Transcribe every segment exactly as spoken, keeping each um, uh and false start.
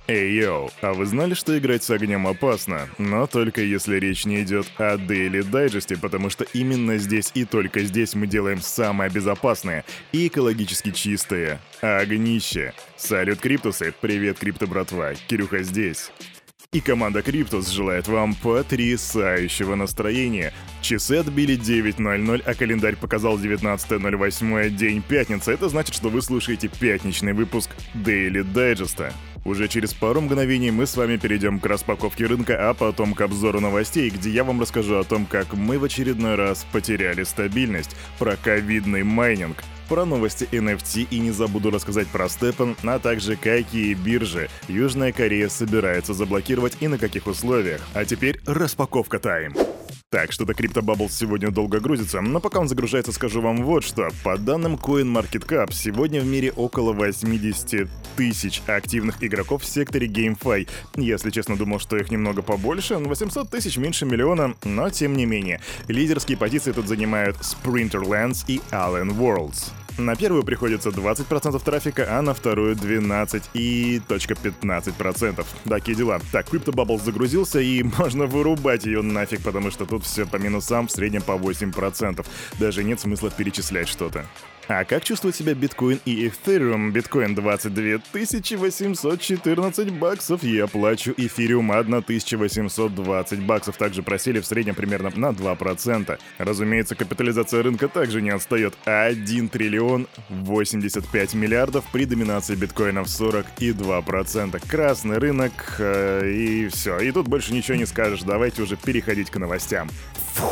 Эй, йоу, а вы знали, что играть с огнем опасно? Но только если речь не идет о Daily Digest, потому что именно здесь и только здесь мы делаем самое безопасное и экологически чистое огнище. Салют, Криптусы! Привет, Крипто братва! Кирюха здесь. И команда Криптус желает вам потрясающего настроения. Часы отбили девять ноль ноль, а календарь показал девятнадцатое ноль восемь, день пятницы. Это значит, что вы слушаете пятничный выпуск Daily Digest. Уже через пару мгновений мы с вами перейдем к распаковке рынка, а потом к обзору новостей, где я вам расскажу о том, как мы в очередной раз потеряли стабильность, про ковидный майнинг, про новости эн эф ти и не забуду рассказать про Степан, а также какие биржи Южная Корея собирается заблокировать и на каких условиях. А теперь распаковка тайм. Так, что-то CryptoBubbles сегодня долго грузится, но пока он загружается, скажу вам вот что. По данным CoinMarketCap, сегодня в мире около восемьдесят тысяч активных игроков в секторе GameFi. Если честно, думал, что их немного побольше, восемьсот тысяч меньше миллиона, но тем не менее. Лидерские позиции тут занимают Sprinterlands и Allen Worlds. На первую приходится двадцать процентов трафика, а на вторую двенадцать и пятнадцать процентов. Такие дела. Так, CryptoBubbles загрузился, и можно вырубать ее нафиг, потому что тут все по минусам, в среднем по восемь процентов. Даже нет смысла перечислять что-то. А как чувствуют себя биткоин и эфириум? Биткоин двадцать две тысячи восемьсот четырнадцать баксов, я плачу эфириум тысяча восемьсот двадцать баксов, также просели в среднем примерно на два процента. Разумеется, капитализация рынка также не отстает. один триллион восемьдесят пять миллиардов при доминации биткоина в сорок два процента. Красный рынок, э, и все. И тут больше ничего не скажешь, давайте уже переходить к новостям. Фух.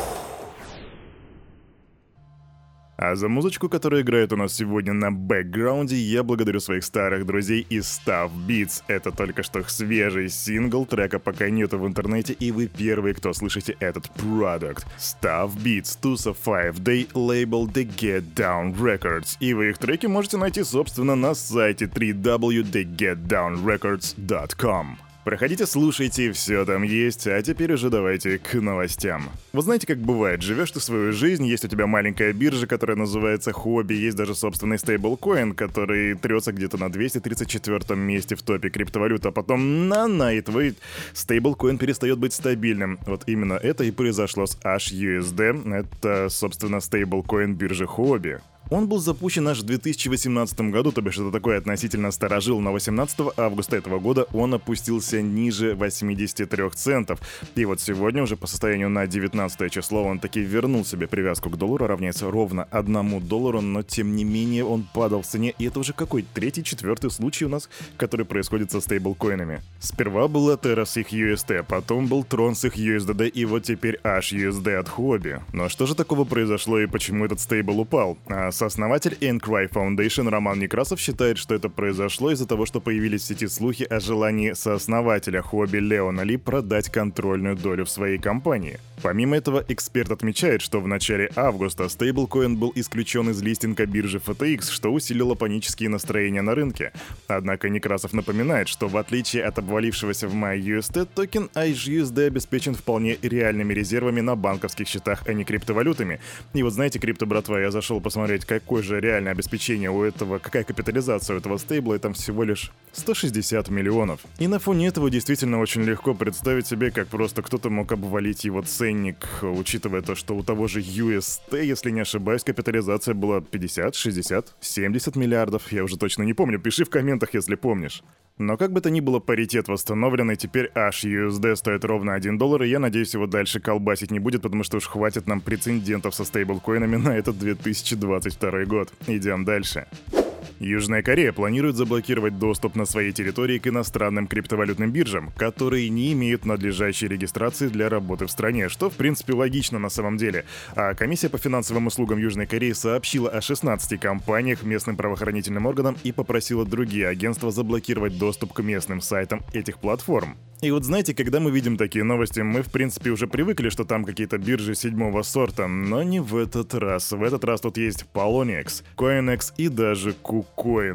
А за музычку, которая играет у нас сегодня на бэкграунде, я благодарю своих старых друзей из Stuff Beats. Это только что свежий сингл, трека пока нету в интернете, и вы первые, кто слышите этот продукт. Stuff Beats, Tusa five Day, лейбл The Get Down Records. И вы их треки можете найти, собственно, на сайте дабл ю дабл ю дабл ю точка ди гет даун рекордс точка ком. Проходите, слушайте, все там есть, а теперь уже давайте к новостям. Вы знаете, как бывает, живешь ты свою жизнь, есть у тебя маленькая биржа, которая называется хобби, есть даже собственный стейблкоин, который трется где-то на двести тридцать четвёртом месте в топе криптовалют, а потом на-на, и твой стейблкоин перестает быть стабильным. Вот именно это и произошло с эйч ю эс ди, это, собственно, стейблкоин биржи хобби. Он был запущен аж в две тысячи восемнадцатом году, то бишь это такое относительно старожил, но восемнадцатого августа этого года он опустился ниже восемьдесят три центов. И вот сегодня уже по состоянию на девятнадцатое число он таки вернул себе привязку к доллару, равняется ровно одному доллару, но тем не менее он падал в цене, и это уже какой третий, четвертый случай у нас, который происходит со стейблкоинами. Сперва была Terra с их ю эс ти, потом был Tron с их ю эс ди ди, и вот теперь эйч ю эс ди от хобби. Но что же такого произошло и почему этот стейбл упал? А сооснователь Encry Foundation Роман Некрасов считает, что это произошло из-за того, что появились в сети слухи о желании сооснователя хобби Леона Ли продать контрольную долю в своей компании. Помимо этого, эксперт отмечает, что в начале августа стейблкоин был исключен из листинга биржи эф ти экс, что усилило панические настроения на рынке. Однако Некрасов напоминает, что в отличие от обвалившегося в мае ю эс ти, токен эйч ю эс ди обеспечен вполне реальными резервами на банковских счетах, а не криптовалютами. И вот знаете, крипто братва, я зашел посмотреть, какое же реальное обеспечение у этого, какая капитализация у этого стейбла, и там всего лишь сто шестьдесят миллионов. И на фоне этого действительно очень легко представить себе, как просто кто-то мог обвалить его ценник, учитывая то, что у того же ю эс ти, если не ошибаюсь, капитализация была пятьдесят, шестьдесят, семьдесят миллиардов, я уже точно не помню, пиши в комментах, если помнишь. Но как бы то ни было, паритет восстановлен, и теперь эйч ю эс ди стоит ровно один доллар, и я надеюсь, его дальше колбасить не будет, потому что уж хватит нам прецедентов со стейблкоинами на этот две тысячи двадцать второй год. Идем дальше. Южная Корея планирует заблокировать доступ на своей территории к иностранным криптовалютным биржам, которые не имеют надлежащей регистрации для работы в стране, что в принципе логично на самом деле. А комиссия по финансовым услугам Южной Кореи сообщила о шестнадцати компаниях местным правоохранительным органам и попросила другие агентства заблокировать доступ к местным сайтам этих платформ. И вот знаете, когда мы видим такие новости, мы в принципе уже привыкли, что там какие-то биржи седьмого сорта, но не в этот раз. В этот раз тут есть Poloniex, CoinEx и даже KuCoin.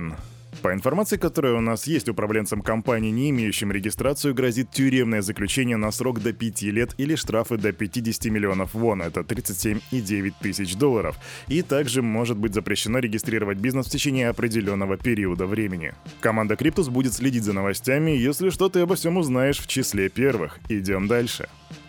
По информации, которая у нас есть, управленцам компании, не имеющим регистрацию, грозит тюремное заключение на срок до пяти лет или штрафы до пятидесяти миллионов вон, это тридцать семь и девять тысяч долларов. И также может быть запрещено регистрировать бизнес в течение определенного периода времени. Команда Cryptus будет следить за новостями, если что, ты обо всем узнаешь в числе первых. Идем дальше.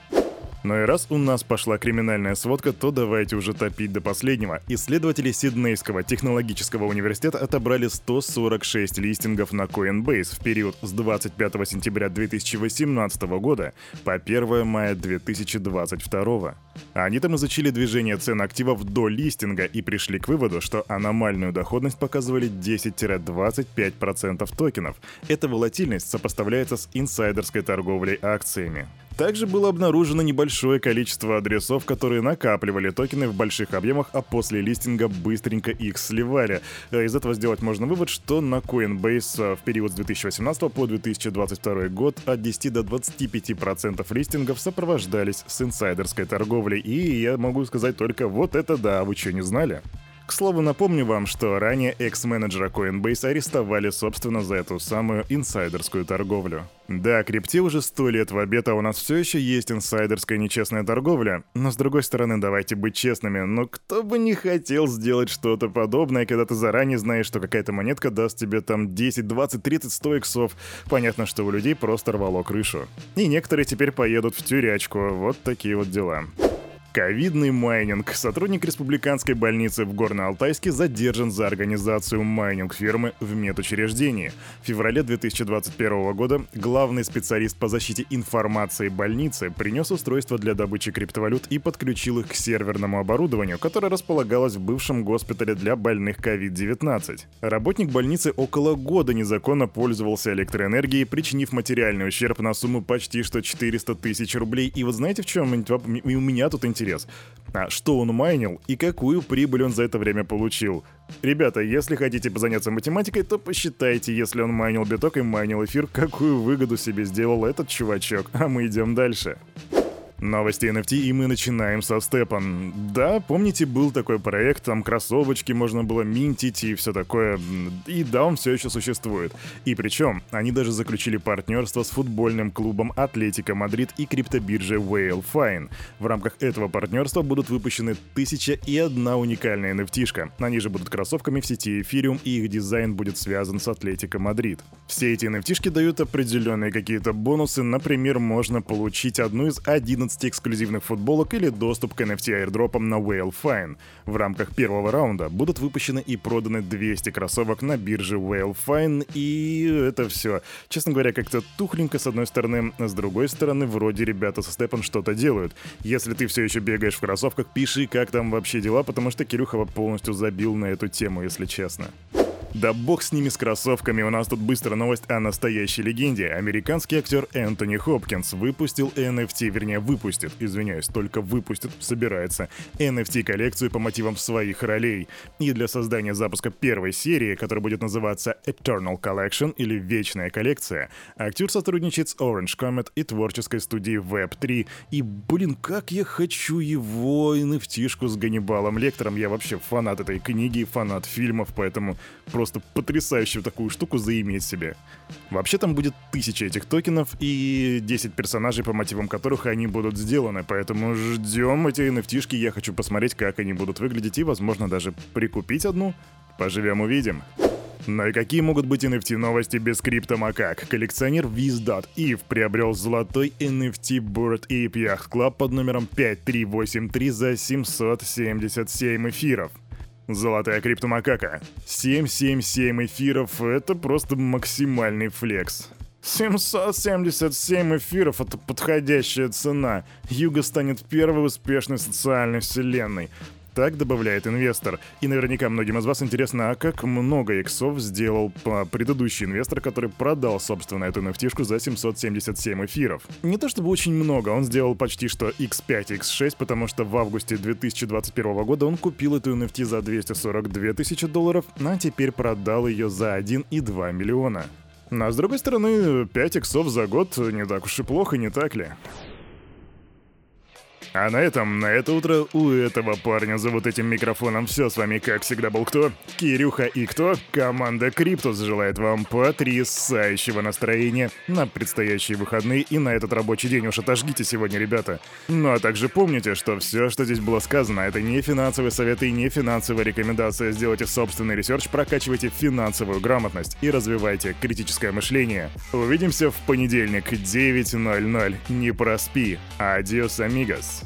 Ну и раз у нас пошла криминальная сводка, то давайте уже топить до последнего. Исследователи Сиднейского технологического университета отобрали сто сорок шесть листингов на Coinbase в период с двадцать пятого сентября две тысячи восемнадцатого года по первого мая две тысячи двадцать второго. Они там изучили движение цен активов до листинга и пришли к выводу, что аномальную доходность показывали десять-двадцать пять процентов токенов. Эта волатильность сопоставляется с инсайдерской торговлей акциями. Также было обнаружено небольшое количество адресов, которые накапливали токены в больших объемах, а после листинга быстренько их сливали. Из этого сделать можно вывод, что на Coinbase в период с две тысячи восемнадцатого по две тысячи двадцать второй год от десяти до двадцати пяти процентов листингов сопровождались с инсайдерской торговлей. И я могу сказать только вот это да, вы что, не знали? К слову, напомню вам, что ранее экс-менеджера Coinbase арестовали, собственно, за эту самую инсайдерскую торговлю. Да, крипте уже сто лет в обед, а у нас все еще есть инсайдерская нечестная торговля. Но с другой стороны, давайте быть честными, но кто бы не хотел сделать что-то подобное, когда ты заранее знаешь, что какая-то монетка даст тебе там десять, двадцать, тридцать, сто иксов. Понятно, что у людей просто рвало крышу. И некоторые теперь поедут в тюрячку. Вот такие вот дела. Ковидный майнинг. Сотрудник республиканской больницы в Горно-Алтайске задержан за организацию майнинг-фирмы в медучреждении. В феврале две тысячи двадцать первого года главный специалист по защите информации больницы принес устройство для добычи криптовалют и подключил их к серверному оборудованию, которое располагалось в бывшем госпитале для больных ковид девятнадцать. Работник больницы около года незаконно пользовался электроэнергией, причинив материальный ущерб на сумму почти что четыреста тысяч рублей. И вот знаете, в чем у меня тут интерес? А что он майнил и какую прибыль он за это время получил? Ребята, если хотите позаняться математикой, то посчитайте, если он майнил биток и майнил эфир, какую выгоду себе сделал этот чувачок. А мы идем дальше. Новости эн эф ти, и мы начинаем со степан. Да, помните, был такой проект, там кроссовочки можно было минтить и все такое. И да, он все еще существует. И причем, они даже заключили партнерство с футбольным клубом Атлетико Мадрид и криптобиржей Whale Fine. В рамках этого партнерства будут выпущены тысяча и одна уникальная эн эф ти-шка. Они же будут кроссовками в сети Ethereum, и их дизайн будет связан с Атлетико Мадрид. Все эти эн эф ти-шки дают определенные какие-то бонусы. Например, можно получить одну из одиннадцати эксклюзивных футболок или доступ к эн эф ти-аирдропам на Whale Fine. В рамках первого раунда будут выпущены и проданы двести кроссовок на бирже Whale Fine, и это все. Честно говоря, как-то тухленько с одной стороны, а с другой стороны, вроде ребята со степан что-то делают. Если ты все еще бегаешь в кроссовках, пиши, как там вообще дела, потому что Кирюха полностью забил на эту тему, если честно. Да бог с ними, с кроссовками, у нас тут быстро новость о настоящей легенде. Американский актер Энтони Хопкинс выпустил эн эф ти, вернее выпустит, извиняюсь, только выпустит, собирается, эн эф ти-коллекцию по мотивам своих ролей. И для создания запуска первой серии, которая будет называться Eternal Collection или Вечная коллекция, актер сотрудничает с Orange Comet и творческой студией веб три. И, блин, как я хочу его эн эф ти-шку с Ганнибалом Лектором. Я вообще фанат этой книги, фанат фильмов, поэтому просто потрясающую такую штуку заиметь себе. Вообще там будет тысяча этих токенов и десять персонажей, по мотивам которых они будут сделаны, поэтому ждем эти эн эф ти-шки, я хочу посмотреть, как они будут выглядеть и, возможно, даже прикупить одну. Поживем увидим. Ну и какие могут быть эн эф ти-новости без криптомакак? Коллекционер Wiz.eth приобрел золотой эн эф ти Bored Ape Yacht Club под номером пять три восемь три за семьсот семьдесят семь эфиров. Золотая криптомакака. семьсот семьдесят семь эфиров — это просто максимальный флекс. семьсот семьдесят семь эфиров — это подходящая цена. Юга станет первой успешной социальной вселенной. Так добавляет инвестор. И наверняка многим из вас интересно, а как много иксов сделал предыдущий инвестор, который продал, собственно, эту эн эф ти-шку за семьсот семьдесят семь эфиров. Не то чтобы очень много, он сделал почти что икс пять, икс шесть, потому что в августе две тысячи двадцать первого года он купил эту эн эф ти за двести сорок две тысячи долларов, а теперь продал ее за один и два миллиона. Но с другой стороны, пять иксов за год не так уж и плохо, не так ли? А на этом, на это утро у этого парня за вот этим микрофоном все. С вами, как всегда, был кто? Кирюха и кто? Команда Криптус желает вам потрясающего настроения на предстоящие выходные и на этот рабочий день. Уж отожгите сегодня, ребята. Ну а также помните, что все, что здесь было сказано, это не финансовые советы и не финансовая рекомендация. Сделайте собственный ресерч, прокачивайте финансовую грамотность и развивайте критическое мышление. Увидимся в понедельник, девять ноль ноль. Не проспи. Адиос, амигос.